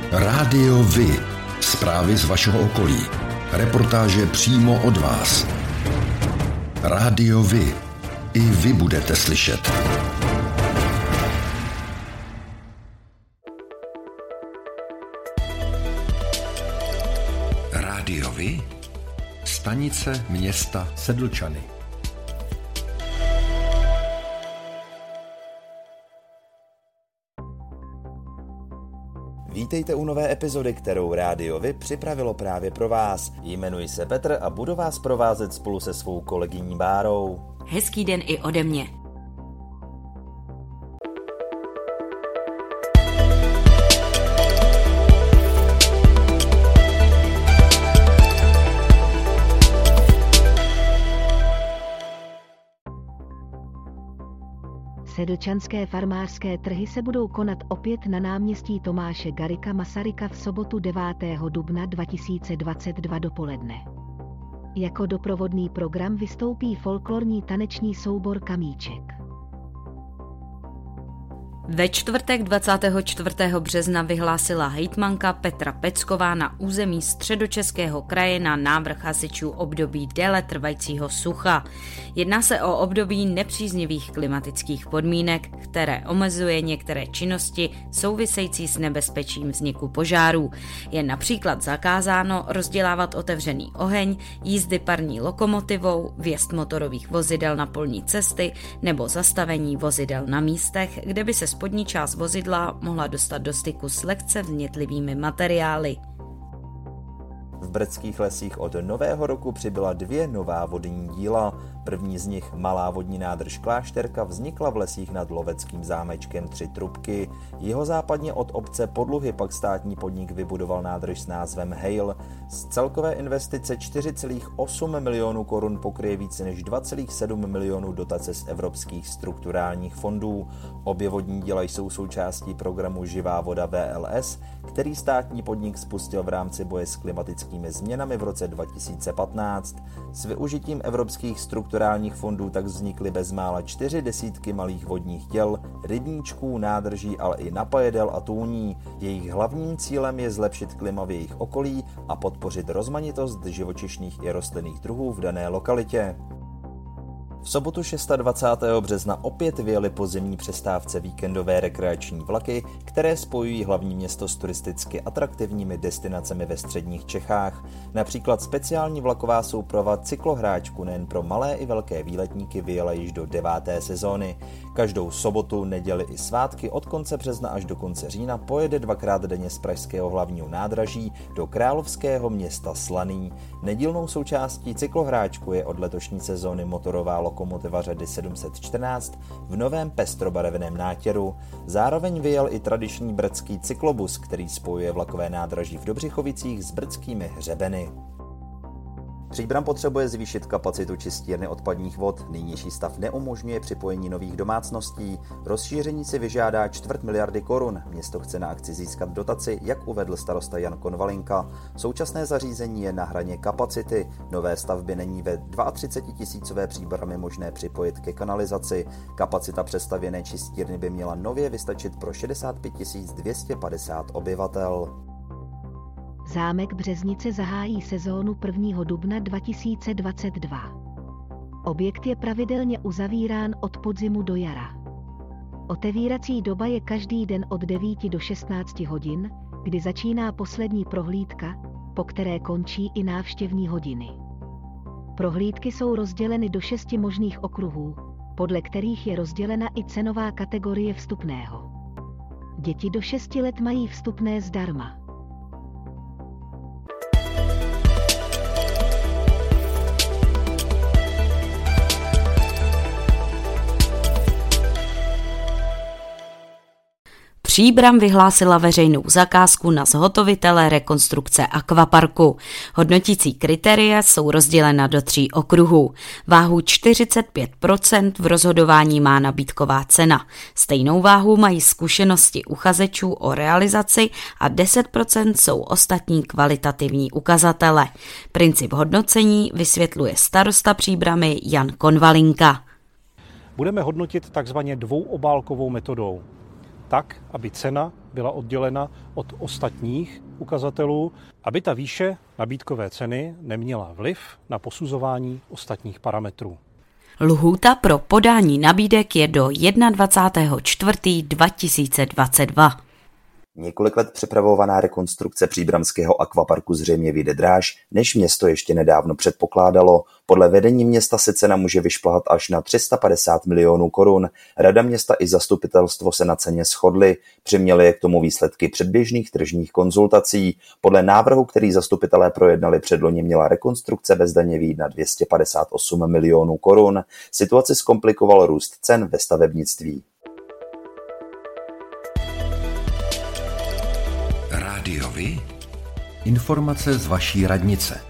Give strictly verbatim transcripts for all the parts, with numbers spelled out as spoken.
Rádio Vy. Zprávy z vašeho okolí. Reportáže přímo od vás. Rádio Vy. I vy budete slyšet. Rádio Vy. Stanice města Sedlčany. Vítejte u nové epizody, kterou Rádio Vy připravilo právě pro vás. Jmenuji se Petr a budu vás provázet spolu se svou kolegyní Bárou. Hezký den i ode mě. Sedlčanské farmářské trhy se budou konat opět na náměstí Tomáše Garrigua Masaryka v sobotu devátého dubna dva tisíce dvacet dva dopoledne. Jako doprovodný program vystoupí folklorní taneční soubor Kamíček. Ve čtvrtek dvacátého čtvrtého března vyhlásila hejtmanka Petra Pecková na území Středočeského kraje na návrh hasičů období déle trvajícího sucha. Jedná se o období nepříznivých klimatických podmínek, které omezuje některé činnosti související s nebezpečím vzniku požárů. Je například zakázáno rozdělávat otevřený oheň, jízdy parní lokomotivou, vjezd motorových vozidel na polní cesty nebo zastavení vozidel na místech, kde by se spodní část vozidla mohla dostat do styku s lehce vznětlivými materiály. V brdských lesích od nového roku přibyla dvě nová vodní díla. První z nich, malá vodní nádrž Klášterka, vznikla v lesích nad Loveckým zámečkem Tři Trubky. Jihozápadně od obce Podluhy pak státní podnik vybudoval nádrž s názvem Hejl. Z celkové investice čtyři celá osm milionů korun pokryje více než dva celá sedm milionů dotace z evropských strukturálních fondů. Obě vodní díla jsou součástí programu Živá voda V L S, který státní podnik spustil v rámci boje s klimatickými změnami v roce dva tisíce patnáct. S využitím evropských strukturálních fondů tak vznikly bezmála čtyři desítky malých vodních děl, rybníčků, nádrží, ale i napajedel a tůní. Jejich hlavním cílem je zlepšit klima v jejich okolí a podpořit rozmanitost živočišných i rostlinných druhů v dané lokalitě. V sobotu dvacátého šestého března opět vyjeli po zimní přestávce víkendové rekreační vlaky, které spojují hlavní město s turisticky atraktivními destinacemi ve středních Čechách. Například speciální vlaková souprava cyklohráčku nejen pro malé i velké výletníky vyjela již do deváté sezóny. Každou sobotu, neděli i svátky od konce března až do konce října pojede dvakrát denně z pražského hlavního nádraží do královského města Slaný. Nedílnou součástí cyklohráčku je od letošní sezóny motorová lokomotiva řady sedm set čtrnáct v novém pestrobarevném nátěru. Zároveň vyjel i tradiční brdský cyklobus, který spojuje vlakové nádraží v Dobřichovicích s brdskými hřebeny. Příbram potřebuje zvýšit kapacitu čistírny odpadních vod, nynější stav neumožňuje připojení nových domácností, rozšíření si vyžádá čtvrt miliardy korun, město chce na akci získat dotaci, jak uvedl starosta Jan Konvalinka. Současné zařízení je na hraně kapacity, nové stavby není ve třicetitisícové Příbrami možné připojit ke kanalizaci, kapacita přestavěné čistírny by měla nově vystačit pro šedesát pět tisíc dvě stě padesát obyvatel. Zámek Březnice zahájí sezónu prvního dubna dva tisíce dvacet dva. Objekt je pravidelně uzavírán od podzimu do jara. Otevírací doba je každý den od devíti do šestnácti hodin, kdy začíná poslední prohlídka, po které končí i návštěvní hodiny. Prohlídky jsou rozděleny do šesti možných okruhů, podle kterých je rozdělena i cenová kategorie vstupného. Děti do šesti let mají vstupné zdarma. Příbram vyhlásila veřejnou zakázku na zhotovitele rekonstrukce akvaparku. Hodnotící kritéria jsou rozdělena do tří okruhů. Váhu čtyřicet pět procent v rozhodování má nabídková cena. Stejnou váhu mají zkušenosti uchazečů o realizaci a deset procent jsou ostatní kvalitativní ukazatele. Princip hodnocení vysvětluje starosta Příbrami Jan Konvalinka. Budeme hodnotit takzvaně dvouobálkovou metodou, tak, aby cena byla oddělena od ostatních ukazatelů, aby ta výše nabídkové ceny neměla vliv na posuzování ostatních parametrů. Lhůta pro podání nabídek je do dvacátého čtvrtého dva tisíce dvacet dva. Několik let připravovaná rekonstrukce příbramského akvaparku zřejmě vyjde dráž, než město ještě nedávno předpokládalo. Podle vedení města se cena může vyšplhat až na tři sta padesát milionů korun. Rada města i zastupitelstvo se na ceně shodly, přiměly je k tomu výsledky předběžných tržních konzultací. Podle návrhu, který zastupitelé projednali předloni, měla rekonstrukce bez daně vyjít na dvě stě padesát osm milionů korun. Situaci zkomplikoval růst cen ve stavebnictví. Rádio Vy? Informace z vaší radnice.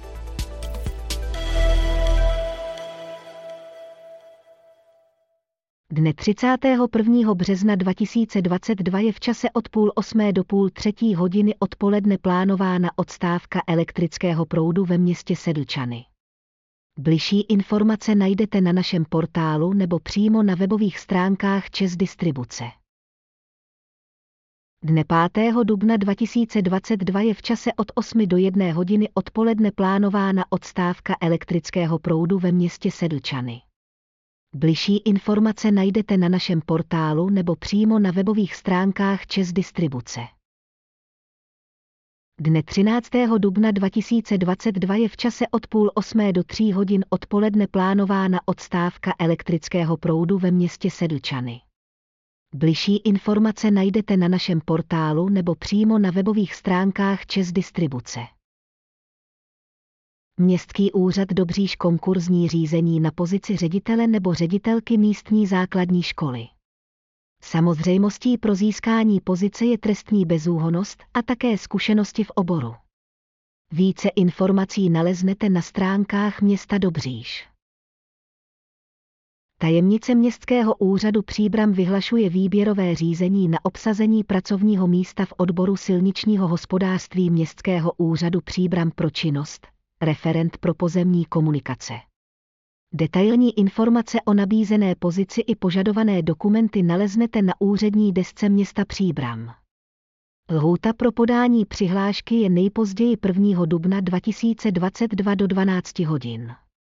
Dne třicátého prvního března dva tisíce dvacet dva je v čase od půl osmé do půl třetí hodiny odpoledne plánována odstávka elektrického proudu ve městě Sedlčany. Bližší informace najdete na našem portálu nebo přímo na webových stránkách ČEZ Distribuce. Dne pátého dubna dva tisíce dvacet dva je v čase od osmi do jedné hodiny odpoledne plánována odstávka elektrického proudu ve městě Sedlčany. Bližší informace najdete na našem portálu nebo přímo na webových stránkách ČEZ Distribuce. Dne třináctého dubna dva tisíce dvacet dva je v čase od půl osmé do tří hodin odpoledne plánována odstávka elektrického proudu ve městě Sedlčany. Bližší informace najdete na našem portálu nebo přímo na webových stránkách ČEZ Distribuce. Městský úřad Dobříš konkurzní řízení na pozici ředitele nebo ředitelky místní základní školy. Samozřejmostí pro získání pozice je trestní bezúhonnost a také zkušenosti v oboru. Více informací naleznete na stránkách města Dobříš. Tajemnice Městského úřadu Příbram vyhlašuje výběrové řízení na obsazení pracovního místa v odboru silničního hospodářství Městského úřadu Příbram pro činnost referent pro pozemní komunikace. Detailní informace o nabízené pozici i požadované dokumenty naleznete na úřední desce města Příbram. Lhůta pro podání přihlášky je nejpozději prvního dubna dva tisíce dvacet dva do dvanácti hodin.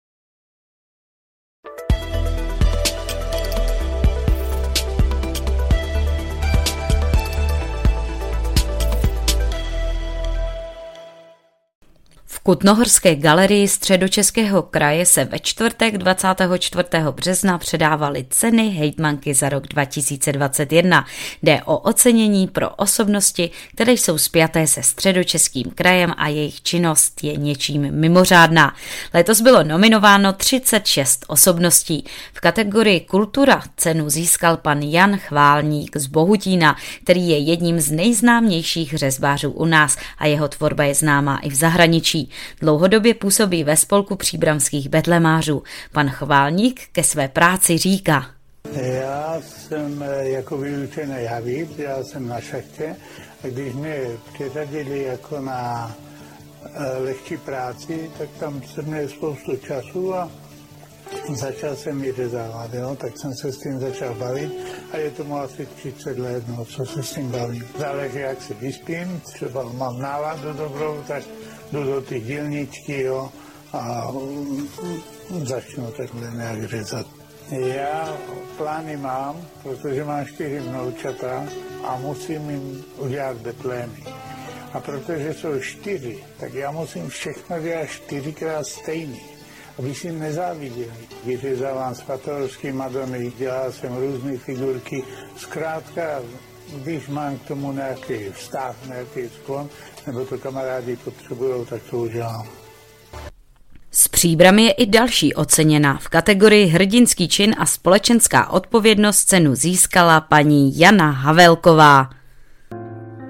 V Kutnohorské galerii Středočeského kraje se ve čtvrtek dvacátého čtvrtého března předávaly ceny hejtmanky za rok dva tisíce dvacet jedna. Jde o ocenění pro osobnosti, které jsou spjaté se Středočeským krajem a jejich činnost je něčím mimořádná. Letos bylo nominováno třicet šest osobností. V kategorii Kultura cenu získal pan Jan Chválník z Bohutína, který je jedním z nejznámějších řezbářů u nás a jeho tvorba je známá i v zahraničí. Dlouhodobě působí ve spolku příbramských betlemářů. Pan Chválník ke své práci říká. Já jsem jako vyučený javít, já jsem na šachtě a když mě přiřadili jako na lehčí práci, tak tam jsem měl spoustu času a začal jsem ji řezávat, jo? Tak jsem se s tím začal bavit a je tomu asi třicet let, no, co se s tím bavím. Záleží, jak se vyspím, třeba mám náladu dobrou, tak jdu do ty dílničky, jo, a začnu takhle nějak řezat. Já plány mám, protože mám čtyři vnoučata a musím jim udělat betlémy. A protože jsou čtyři, tak já musím všechno dělat čtyřikrát stejný, aby si nezáviděli. Vyřezávám svatorožské Madony, dělal jsem různé figurky, zkrátka, když mám k tomu nějaký vztah, nějaký sklon, nebo to kamarádi potřebují, tak to udělám. Z Příbramy je i další oceněná. V kategorii hrdinský čin a společenská odpovědnost cenu získala paní Jana Havelková.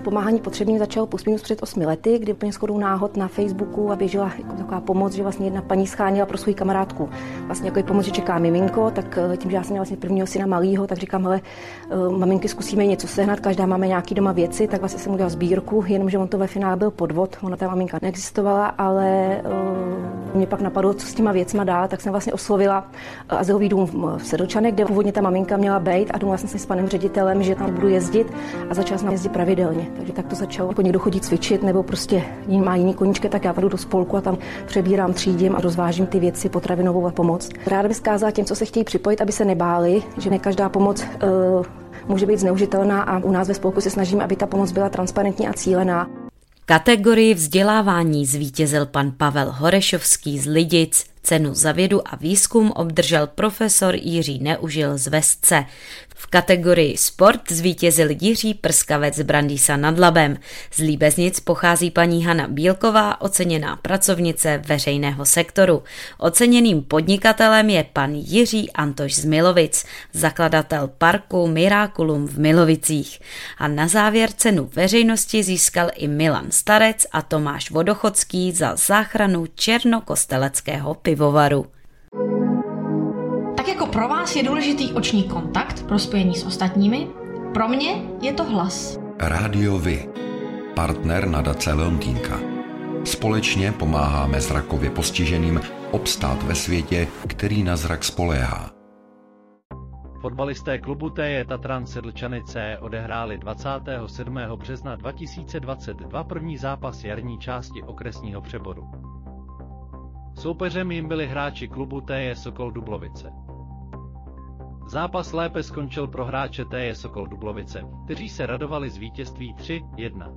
pomáhání potřebným začalo plus minus před osmi lety, kdy úplně shodou náhod na Facebooku a běžela jako taková pomoc, že vlastně jedna paní schánila pro svou kamarádku vlastně jako pomoc, že čeká miminko, tak tím, že já jsem měla vlastně prvního syna malýho, tak říkám, hele, maminky, zkusíme něco sehnat, každá máme nějaký doma věci, tak vlastně jsem udělal sbírku, jenomže on to ve finále byl podvod, ona ta maminka neexistovala, ale uh, mě pak napadlo, co s těma věcma dál, tak jsem vlastně oslovila azylový dům v Sedlčanech, kde původně ta maminka měla být a domluvila jsem se s panem ředitelem, že tam budu jezdit a začala jsem jezdit pravidelně. Takže tak to začalo. Jako někdo chodí cvičit nebo prostě má jiný koníčky, tak já jdu do spolku a tam přebírám, třídím a rozvážím ty věci, potravinovou pomoc. Ráda bych zkázala těm, co se chtějí připojit, aby se nebáli, že ne každá pomoc uh, může být zneužitelná a u nás ve spolku se snažíme, aby ta pomoc byla transparentní a cílená. Kategorii vzdělávání zvítězil pan Pavel Horešovský z Lidic. Cenu za vědu a výzkum obdržel profesor Jiří Neužil z Vesce. V kategorii sport zvítězil Jiří Prskavec z Brandýsa nad Labem. Z Líbeznic pochází paní Hana Bílková, oceněná pracovnice veřejného sektoru. Oceněným podnikatelem je pan Jiří Antoš z Milovic, zakladatel parku Miraculum v Milovicích. A na závěr cenu veřejnosti získal i Milan Starec a Tomáš Vodochodský za záchranu černokosteleckého pivovaru. Tak jako pro vás je důležitý oční kontakt pro spojení s ostatními, pro mě je to hlas. Rádio Vy, partner nadace Leontýnka. Společně pomáháme zrakově postiženým obstát ve světě, který na zrak spoléhá. Fotbalisté klubu T J Tatran Sedlčanice odehráli dvacátého sedmého března dva tisíce dvacet dva první zápas jarní části okresního přeboru. Soupeřem jim byli hráči klubu T J Sokol Dublovice. Zápas lépe skončil pro hráče T J Sokol Dublovice, kteří se radovali z vítězství tři jedna.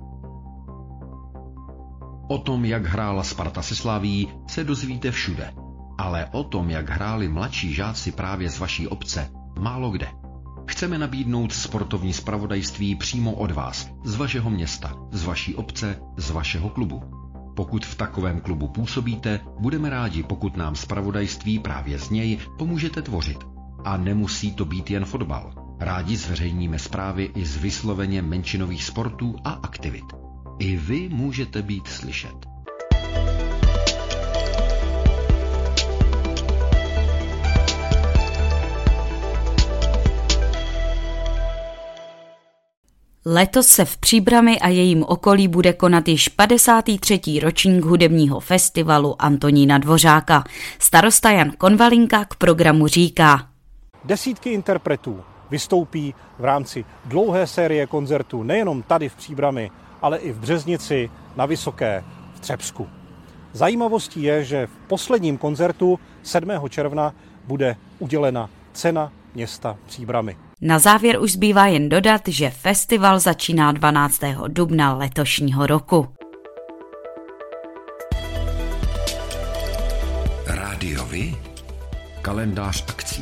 O tom, jak hrála Sparta se Slavií, se dozvíte všude. Ale o tom, jak hráli mladší žáci právě z vaší obce, málo kde. Chceme nabídnout sportovní zpravodajství přímo od vás, z vašeho města, z vaší obce, z vašeho klubu. Pokud v takovém klubu působíte, budeme rádi, pokud nám zpravodajství právě z něj pomůžete tvořit. A nemusí to být jen fotbal. Rádi zveřejníme zprávy i z vysloveně menšinových sportů a aktivit. I vy můžete být slyšet. Letos se v Příbrami a jejím okolí bude konat již padesátý třetí ročník hudebního festivalu Antonína Dvořáka. Starosta Jan Konvalinka k programu říká: Desítky interpretů vystoupí v rámci dlouhé série koncertů nejenom tady v Příbrami, ale i v Březnici, na Vysoké, v Třebsku. Zajímavostí je, že v posledním koncertu sedmého června bude udělena cena města Příbrami. Na závěr už zbývá jen dodat, že festival začíná dvanáctého dubna letošního roku. Rádio Vy, kalendář akcí.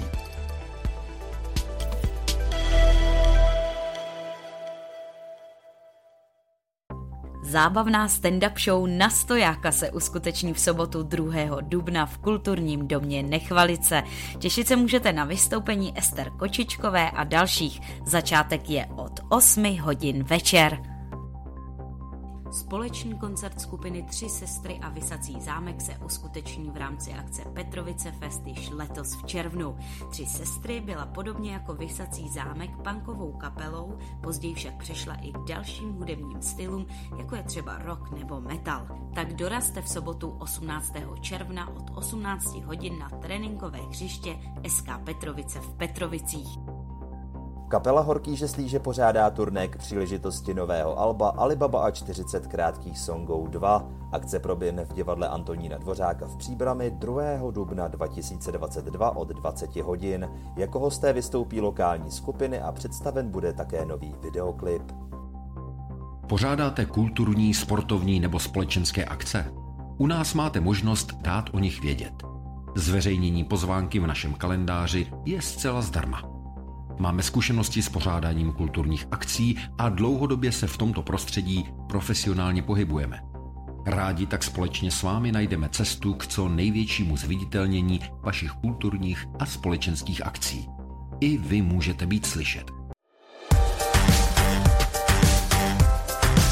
Zábavná stand-up show Na stojáka se uskuteční v sobotu druhého dubna v kulturním domě Nechvalice. Těšit se můžete na vystoupení Ester Kočičkové a dalších. Začátek je od osmi hodin večer. Společný koncert skupiny Tři sestry a Visací zámek se uskuteční v rámci akce Petrovice Fest již letos v červnu. Tři sestry byla podobně jako Visací zámek punkovou kapelou, později však přešla i k dalším hudebním stylům, jako je třeba rock nebo metal. Tak dorazte v sobotu osmnáctého června od osmnácti hodin na tréninkové hřiště S K Petrovice v Petrovicích. Kapela Horký žeslíže pořádá turné k příležitosti nového alba Alibaba a čtyřicet krátkých songů dva. Akce proběhne v divadle Antonína Dvořáka v Příbrami druhého dubna dva tisíce dvacet dva od dvacet hodin. Jako hosté vystoupí lokální skupiny a představen bude také nový videoklip. Pořádáte kulturní, sportovní nebo společenské akce? U nás máte možnost dát o nich vědět. Zveřejnění pozvánky v našem kalendáři je zcela zdarma. Máme zkušenosti s pořádáním kulturních akcí a dlouhodobě se v tomto prostředí profesionálně pohybujeme. Rádi tak společně s vámi najdeme cestu k co největšímu zviditelnění vašich kulturních a společenských akcí. I vy můžete být slyšet.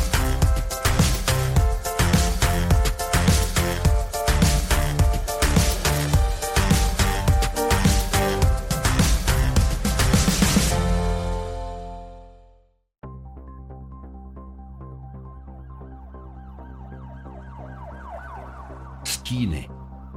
stíny.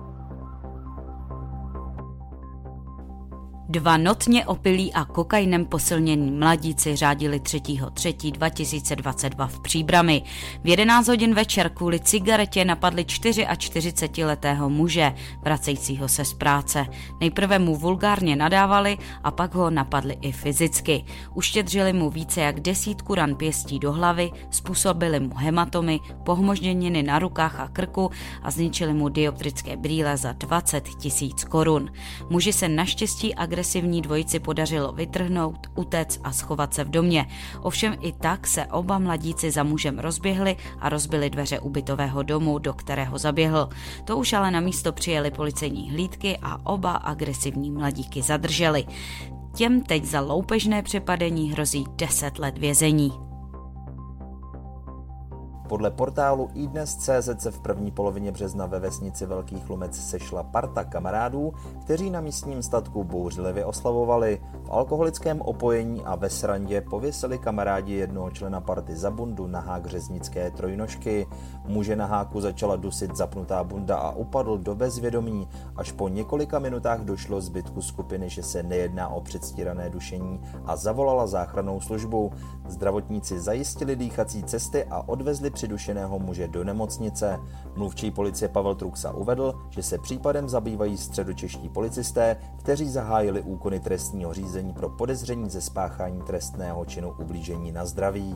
Dva notně opilí a kokainem posilnění mladíci řádili třetího třetího dva tisíce dvacet dva v Příbrami. V jedenáct hodin večer kvůli cigaretě napadli čtyřiačtyřicetiletého muže, vracejícího se z práce. Nejprve mu vulgárně nadávali a pak ho napadli i fyzicky. Uštědřili mu více jak desítku ran pěstí do hlavy, způsobili mu hematomy, pohmožděniny na rukách a krku a zničili mu dioptrické brýle za dvacet tisíc korun. Muži se naštěstí agresivní dvojici podařilo vytrhnout, utéct a schovat se v domě. Ovšem i tak se oba mladíci za mužem rozběhli a rozbili dveře ubytového domu, do kterého zaběhl. To už ale na místo přijeli policejní hlídky a oba agresivní mladíky zadrželi. Těm teď za loupežné přepadení hrozí deset let vězení. Podle portálu iDnes tečka cé zet se v první polovině března ve vesnici Velký Chlumec sešla parta kamarádů, kteří na místním statku bouřlivě oslavovali. V alkoholickém opojení a ve srandě pověsili kamarádi jednoho člena party za bundu na hák řeznické trojnožky. Muže na háku začala dusit zapnutá bunda a upadl do bezvědomí. Až po několika minutách došlo zbytku skupiny, že se nejedná o předstírané dušení a zavolala záchrannou službu. Zdravotníci zajistili dýchací cesty a odvezli přidušeného muže do nemocnice. Mluvčí policie Pavel Truxa uvedl, že se případem zabývají středočeští policisté, kteří zahájili úkony trestního řízení pro podezření ze spáchání trestného činu ublížení na zdraví.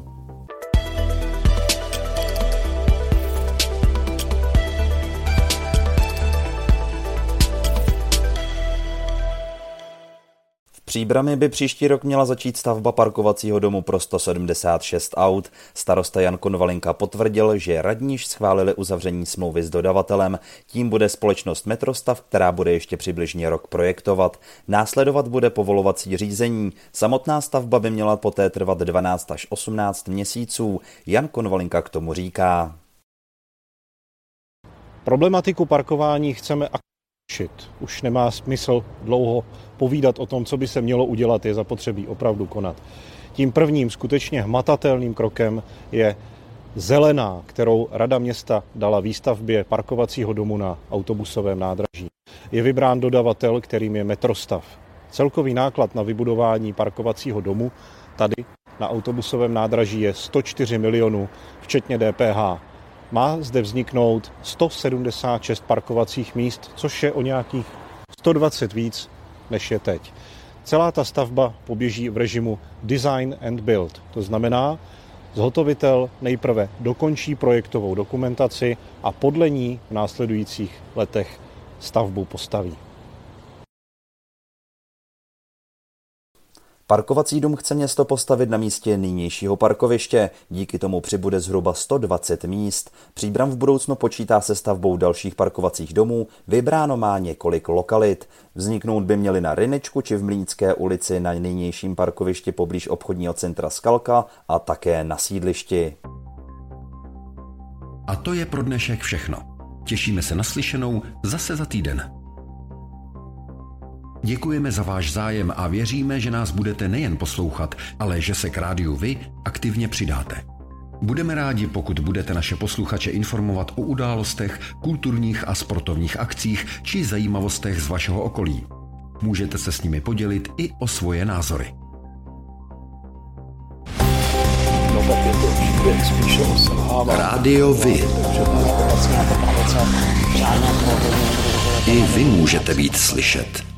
V Příbrami by příští rok měla začít stavba parkovacího domu pro sto sedmdesát šest aut. Starosta Jan Konvalinka potvrdil, že radní schválili uzavření smlouvy s dodavatelem. Tím bude společnost Metrostav, která bude ještě přibližně rok projektovat. Následovat bude povolovací řízení. Samotná stavba by měla poté trvat dvanáct až osmnáct měsíců. Jan Konvalinka k tomu říká. Problematiku parkování chceme Už nemá smysl dlouho povídat o tom, co by se mělo udělat, je zapotřebí opravdu konat. Tím prvním skutečně hmatatelným krokem je zelená, kterou Rada města dala výstavbě parkovacího domu na autobusovém nádraží. Je vybrán dodavatel, kterým je Metrostav. Celkový náklad na vybudování parkovacího domu tady na autobusovém nádraží je sto čtyři milionů, včetně D P H. Má zde vzniknout sto sedmdesát šest parkovacích míst, což je o nějakých sto dvacet víc, než je teď. Celá ta stavba poběží v režimu design and build. To znamená, zhotovitel nejprve dokončí projektovou dokumentaci a podle ní v následujících letech stavbu postaví. Parkovací dům chce město postavit na místě nynějšího parkoviště, díky tomu přibude zhruba sto dvacet míst. Příbram v budoucnu počítá se stavbou dalších parkovacích domů, vybráno má několik lokalit. Vzniknout by měly na Rynečku či v Mlýnské ulici na nynějším parkovišti poblíž obchodního centra Skalka a také na sídlišti. A to je pro dnešek všechno. Těšíme se na slyšenou zase za týden. Děkujeme za váš zájem a věříme, že nás budete nejen poslouchat, ale že se k rádiu vy aktivně přidáte. Budeme rádi, pokud budete naše posluchače informovat o událostech, kulturních a sportovních akcích či zajímavostech z vašeho okolí. Můžete se s nimi podělit i o svoje názory. Rádio Vy. I vy můžete být slyšet.